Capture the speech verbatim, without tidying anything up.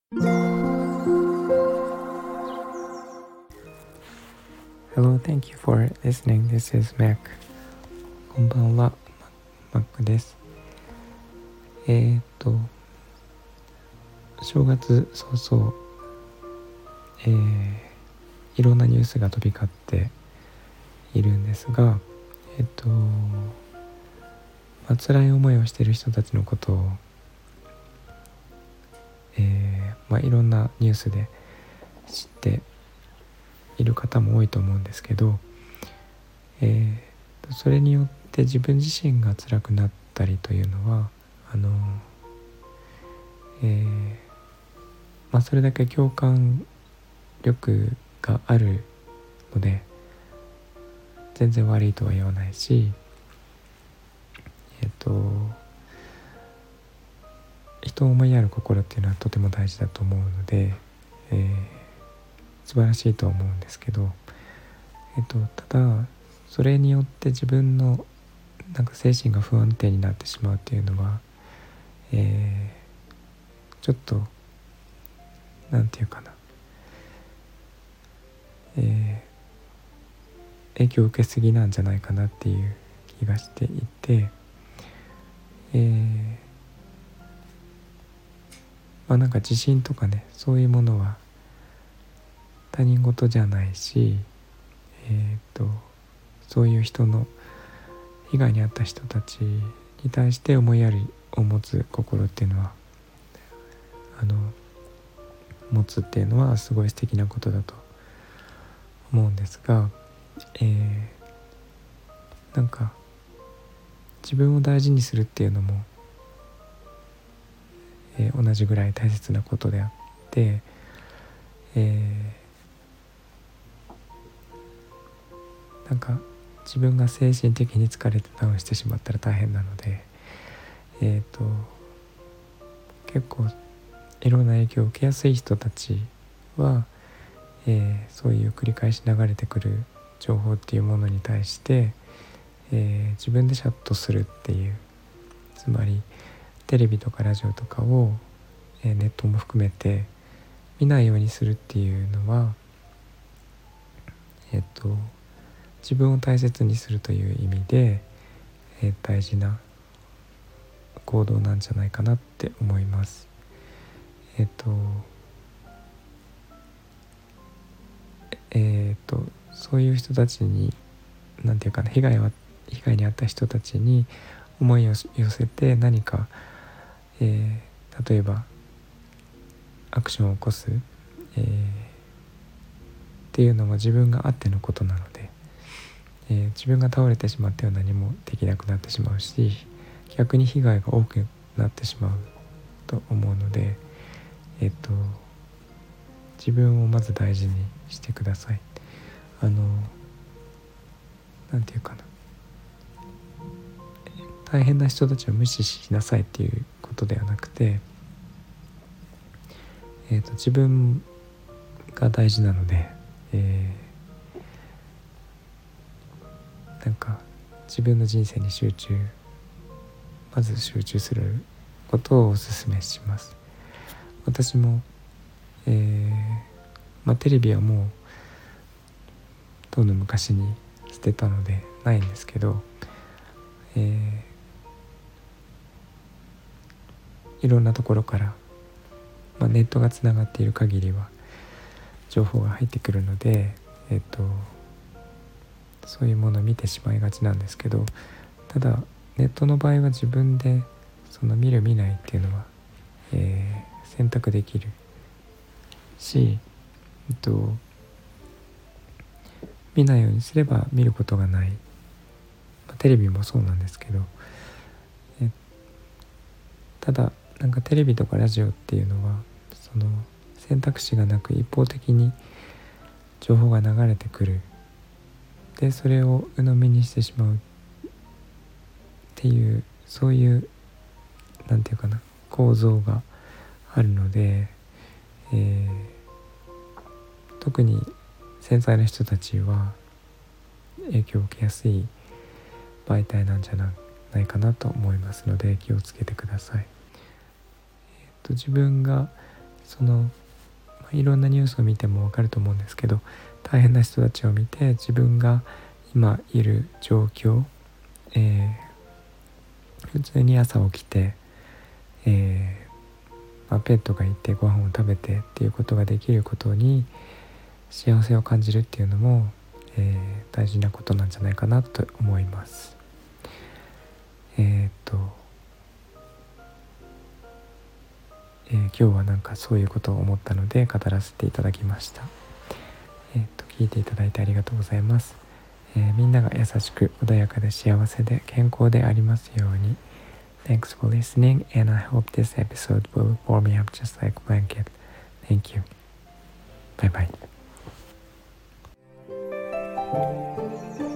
Hello, thank you for listening. This is Mac. こんばんは、Mac です。えーっと、正月早々、えー、いろんなニュースが飛び交っているんですが、えーっと、まあ、辛い思いをしている人たちのことを、えーまあ、いろんなニュースで知っている方も多いと思うんですけど、えー、それによって自分自身が辛くなったりというのはあの、えーまあ、それだけ共感力があるので全然悪いとは言わないし、えっと人を思いやる心っていうのはとても大事だと思うので、えー、素晴らしいとは思うんですけど、えっと、ただそれによって自分のなんか精神が不安定になってしまうっていうのは、えー、ちょっとなんていうかな、えー、影響を受けすぎなんじゃないかなっていう気がしていて、えー、まあなんか自信とかね、そういうものは他人事じゃないし、えーとそういう人の被害に遭った人たちに対して思いやりを持つ心っていうのはあの持つっていうのはすごい素敵なことだと思うんですが、えー、なんか自分を大事にするっていうのも、えー、同じぐらい大切なことであって、えー、なんか自分が精神的に疲れてダウンしてしまったら大変なので、えーと結構いろんな影響を受けやすい人たちは、えー、そういう繰り返し流れてくる情報っていうものに対して、えー、自分でシャッとするっていう、つまりテレビとかラジオとかを、えー、ネットも含めて見ないようにするっていうのは、えっと自分を大切にするという意味で、えー、大事な行動なんじゃないかなって思います。えっとえっとそういう人たちになんていうかな、被害は被害に遭った人たちに思いを寄せて何か、えー、例えばアクションを起こす、えー、っていうのも自分があってのことなので、えー、自分が倒れてしまっては何もできなくなってしまうし、逆に被害が多くなってしまうと思うので、えっと自分をまず大事にしてください。あのなんていうかな、大変な人たちを無視しなさいっていうことではなくて、えーと、自分が大事なので、えー、なんか自分の人生に集中まず集中することをお勧めします。私も、えーまあ、テレビはもうとうの昔に捨てたのでないんですけど、えー、いろんなところから、まあ、ネットがつながっている限りは情報が入ってくるので、えーと、そういうものを見てしまいがちなんですけど、ただネットの場合は自分でその見る見ないっていうのは、えー、選択できるし、えっと、見ないようにすれば見ることがない、まあ、テレビもそうなんですけど、えただなんかテレビとかラジオっていうのはその選択肢がなく一方的に情報が流れてくる、でそれを鵜呑みにしてしまうっていう、そういうなんていうかな構造があるので、えー、特に繊細な人たちは影響を受けやすい媒体なんじゃないかなと思いますので気をつけてください。えーと、自分がその、まあ、いろんなニュースを見ても分かると思うんですけど、大変な人たちを見て自分が今いる状況、えー、普通に朝起きて、えーまあ、ペットがいてご飯を食べてっていうことができることに幸せを感じるっていうのも、えー、大事なことなんじゃないかなと思います。えー、っと、えー、今日はなんかそういうことを思ったので語らせていただきました。えー、っと聞いていただいてありがとうございます。えー、みんなが優しく穏やかで幸せで健康でありますように。Thanks for listening, and I hope this episode will warm me up just like a blanket. Thank you. Bye bye.